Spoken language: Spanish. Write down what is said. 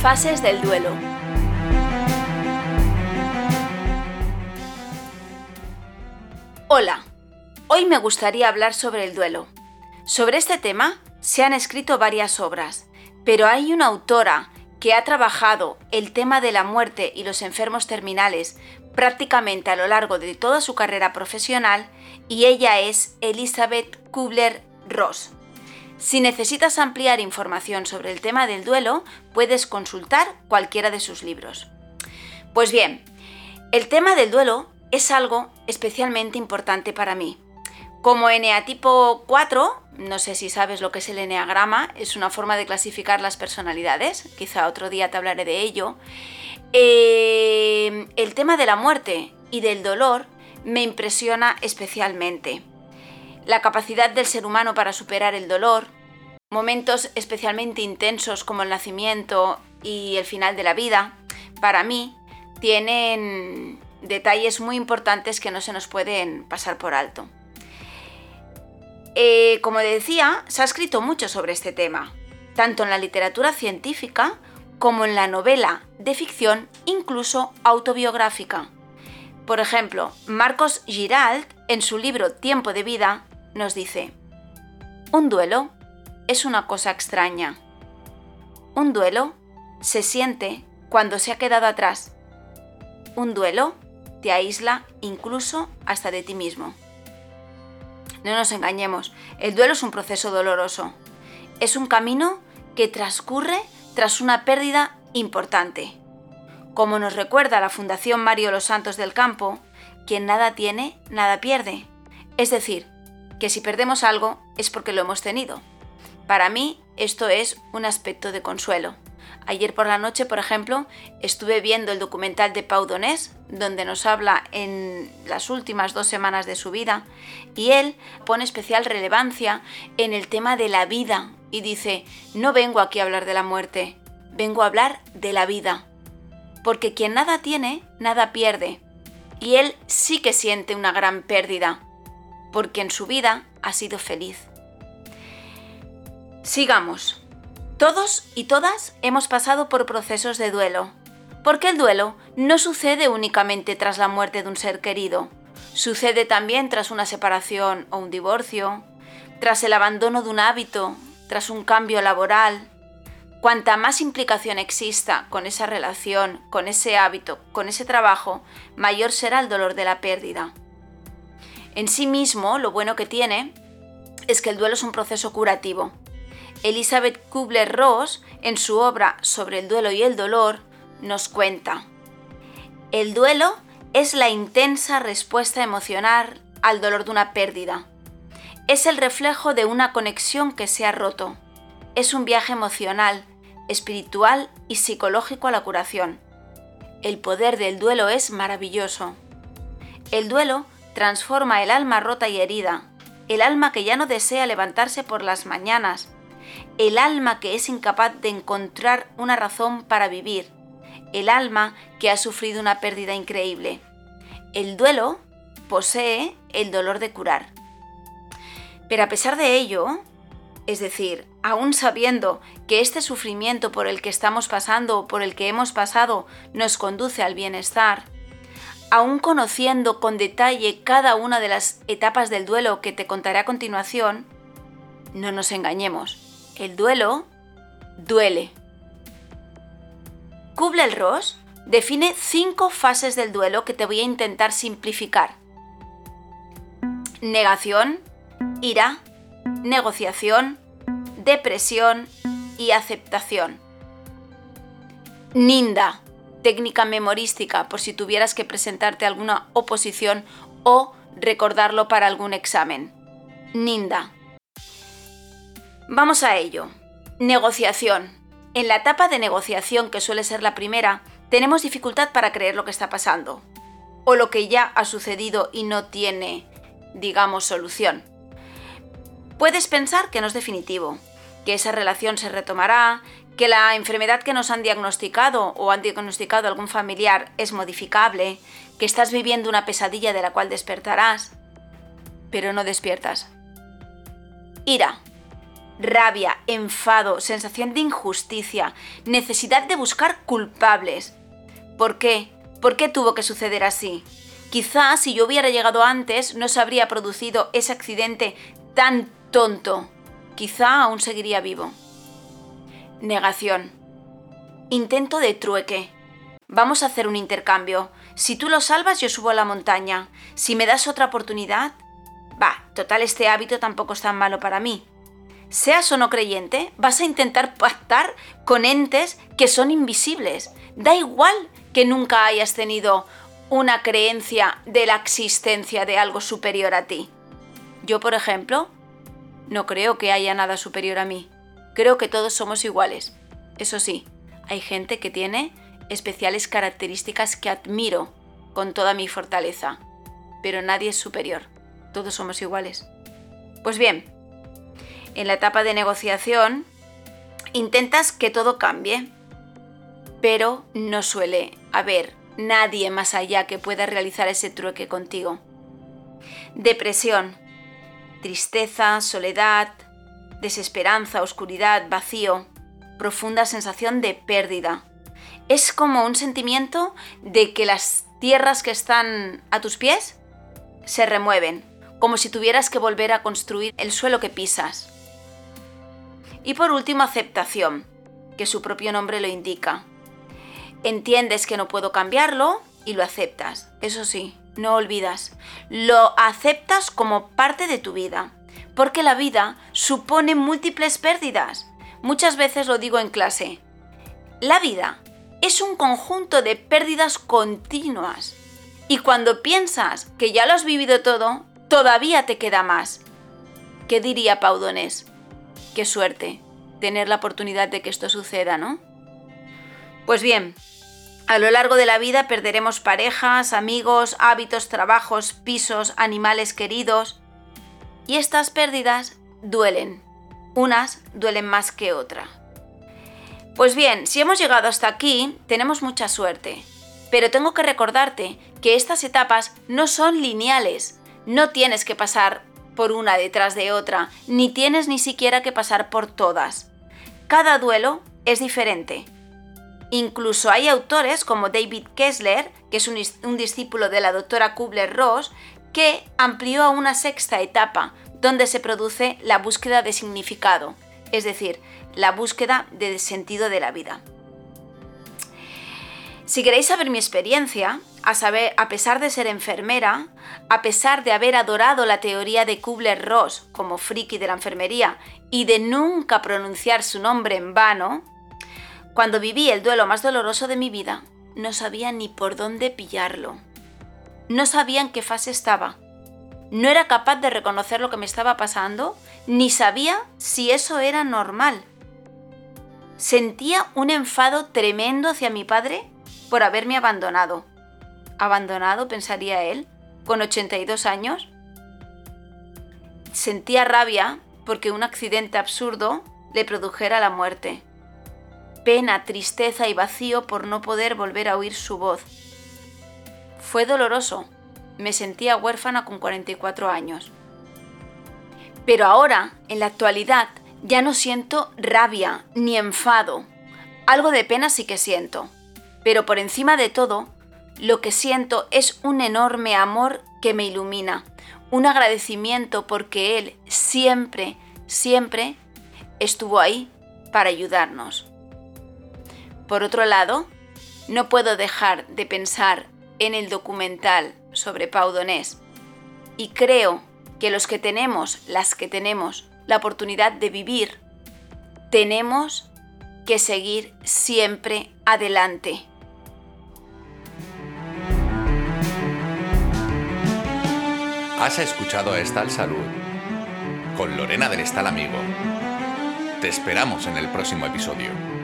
Fases del duelo. Hola, hoy me gustaría hablar sobre el duelo. Sobre este tema se han escrito varias obras, pero hay una autora que ha trabajado el tema de la muerte y los enfermos terminales prácticamente a lo largo de toda su carrera profesional, y ella es Elizabeth Kubler-Ross. Si necesitas ampliar información sobre el tema del duelo, puedes consultar cualquiera de sus libros. Pues bien, el tema del duelo es algo especialmente importante para mí. Como eneatipo 4, no sé si sabes lo que es el eneagrama, es una forma de clasificar las personalidades, quizá otro día te hablaré de ello. El tema de la muerte y del dolor me impresiona especialmente. La capacidad del ser humano para superar el dolor, momentos especialmente intensos como el nacimiento y el final de la vida, para mí tienen detalles muy importantes que no se nos pueden pasar por alto. Como decía, se ha escrito mucho sobre este tema, tanto en la literatura científica como en la novela de ficción, incluso autobiográfica. Por ejemplo, Marcos Giralt, en su libro Tiempo de vida, nos dice: un duelo es una cosa extraña. Un duelo se siente cuando se ha quedado atrás. Un duelo te aísla incluso hasta de ti mismo. No nos engañemos, el duelo es un proceso doloroso. Es un camino que transcurre tras una pérdida importante. Como nos recuerda la Fundación Mario Los Santos del Campo, quien nada tiene, nada pierde. Es decir, que si perdemos algo es porque lo hemos tenido. Para mí, esto es un aspecto de consuelo. Ayer por la noche, por ejemplo, estuve viendo el documental de Pau Donés, donde nos habla en las últimas 2 semanas de su vida, y él pone especial relevancia en el tema de la vida y dice: no vengo aquí a hablar de la muerte, vengo a hablar de la vida. Porque quien nada tiene, nada pierde. Y él sí que siente una gran pérdida, porque en su vida ha sido feliz. Sigamos. Todos y todas hemos pasado por procesos de duelo, porque el duelo no sucede únicamente tras la muerte de un ser querido, sucede también tras una separación o un divorcio, tras el abandono de un hábito, tras un cambio laboral. Cuanta más implicación exista con esa relación, con ese hábito, con ese trabajo, mayor será el dolor de la pérdida. En sí mismo, lo bueno que tiene es que el duelo es un proceso curativo. Elizabeth Kubler-Ross, en su obra Sobre el duelo y el dolor, nos cuenta: el duelo es la intensa respuesta emocional al dolor de una pérdida. Es el reflejo de una conexión que se ha roto. Es un viaje emocional, espiritual y psicológico a la curación. El poder del duelo es maravilloso. El duelo transforma el alma rota y herida, el alma que ya no desea levantarse por las mañanas, el alma que es incapaz de encontrar una razón para vivir, el alma que ha sufrido una pérdida increíble. El duelo posee el dolor de curar. Pero a pesar de ello, es decir, aún sabiendo que este sufrimiento por el que estamos pasando o por el que hemos pasado nos conduce al bienestar, aún conociendo con detalle cada una de las etapas del duelo que te contaré a continuación, no nos engañemos, el duelo duele. Kubler-Ross define 5 fases del duelo que te voy a intentar simplificar: negación, ira, negociación, depresión y aceptación. Ninda, técnica memorística por si tuvieras que presentarte alguna oposición o recordarlo para algún examen. Ninda. Vamos a ello. Negociación. En la etapa de negociación, que suele ser la primera, tenemos dificultad para creer lo que está pasando, o lo que ya ha sucedido y no tiene, digamos, solución. Puedes pensar que no es definitivo, que esa relación se retomará, que la enfermedad que nos han diagnosticado o han diagnosticado algún familiar es modificable, que estás viviendo una pesadilla de la cual despertarás, pero no despiertas. Ira. rabia, enfado, sensación de injusticia, necesidad de buscar culpables. ¿Por qué? ¿Por qué tuvo que suceder así? Quizás si yo hubiera llegado antes no se habría producido ese accidente tan tonto. Quizá aún seguiría vivo. Negación. Intento de trueque. Vamos a hacer un intercambio. Si tú lo salvas, yo subo a la montaña. Si me das otra oportunidad, total, este hábito tampoco es tan malo para mí. Seas o no creyente, vas a intentar pactar con entes que son invisibles. Da igual que nunca hayas tenido una creencia de la existencia de algo superior a ti. Yo, por ejemplo, no creo que haya nada superior a mí. Creo que todos somos iguales. Eso sí, hay gente que tiene especiales características que admiro con toda mi fortaleza. Pero nadie es superior. Todos somos iguales. Pues bien, en la etapa de negociación intentas que todo cambie, pero no suele haber nadie más allá que pueda realizar ese trueque contigo. Depresión, tristeza, soledad, desesperanza, oscuridad, vacío, profunda sensación de pérdida. Es como un sentimiento de que las tierras que están a tus pies se remueven, como si tuvieras que volver a construir el suelo que pisas. Y por último, aceptación, que su propio nombre lo indica. Entiendes que no puedo cambiarlo y lo aceptas. Eso sí, no olvidas. Lo aceptas como parte de tu vida, porque la vida supone múltiples pérdidas. Muchas veces lo digo en clase. La vida es un conjunto de pérdidas continuas. Y cuando piensas que ya lo has vivido todo, todavía te queda más. ¿Qué diría Pau Donés? Qué suerte tener la oportunidad de que esto suceda, ¿no? Pues bien, a lo largo de la vida perderemos parejas, amigos, hábitos, trabajos, pisos, animales queridos. Y estas pérdidas duelen. Unas duelen más que otras. Pues bien, si hemos llegado hasta aquí, tenemos mucha suerte. Pero tengo que recordarte que estas etapas no son lineales. No tienes que pasar por una detrás de otra, ni tienes ni siquiera que pasar por todas. Cada duelo es diferente. Incluso hay autores como David Kessler, que es un discípulo de la doctora Kübler-Ross, que amplió a una sexta etapa, donde se produce la búsqueda de significado, es decir, la búsqueda de sentido de la vida. Si queréis saber mi experiencia, a pesar de ser enfermera, a pesar de haber adorado la teoría de Kübler-Ross como friki de la enfermería y de nunca pronunciar su nombre en vano, cuando viví el duelo más doloroso de mi vida, no sabía ni por dónde pillarlo. No sabía en qué fase estaba. No era capaz de reconocer lo que me estaba pasando, ni sabía si eso era normal. Sentía un enfado tremendo hacia mi padre por haberme abandonado. ¿Abandonado?, pensaría él, con 82 años. Sentía rabia porque un accidente absurdo le produjera la muerte. Pena, tristeza y vacío por no poder volver a oír su voz. Fue doloroso. Me sentía huérfana con 44 años. Pero ahora, en la actualidad, ya no siento rabia ni enfado. Algo de pena sí que siento. Pero por encima de todo, lo que siento es un enorme amor que me ilumina. Un agradecimiento porque Él siempre, siempre estuvo ahí para ayudarnos. Por otro lado, no puedo dejar de pensar en el documental sobre Pau Donés y creo que las que tenemos la oportunidad de vivir, tenemos que seguir siempre adelante. Has escuchado Estal Salud con Lorena del Estal Amigo. Te esperamos en el próximo episodio.